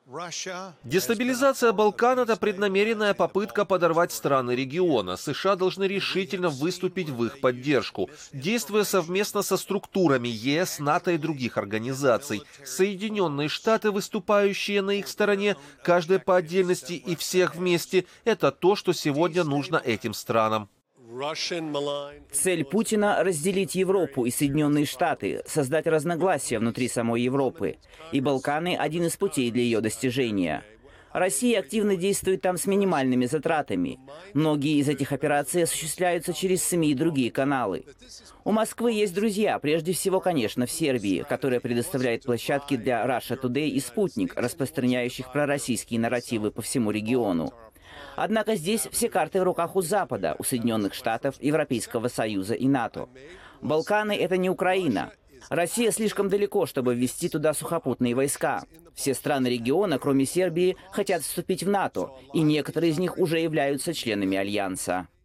Дестабилизация Балкан – это преднамеренная попытка подорвать страны региона. США должны решительно выступить в их поддержку, действуя совместно со структурами ЕС, НАТО и других организаций. Соединенные Штаты, выступающие на их стороне, каждая по отдельности и всех вместе – это то, что сегодня нужно этим странам. Цель Путина – разделить Европу и Соединенные Штаты, создать разногласия внутри самой Европы. И Балканы – один из путей для ее достижения. Россия активно действует там с минимальными затратами. Многие из этих операций осуществляются через СМИ и другие каналы. У Москвы есть друзья, прежде всего, конечно, в Сербии, которая предоставляет площадки для Russia Today и «Спутник», распространяющих пророссийские нарративы по всему региону. Однако здесь все карты в руках у Запада, у Соединенных Штатов, Европейского Союза и НАТО. Балканы – это не Украина. Россия слишком далеко, чтобы ввести туда сухопутные войска. Все страны региона, кроме Сербии, хотят вступить в НАТО, и некоторые из них уже являются членами Альянса.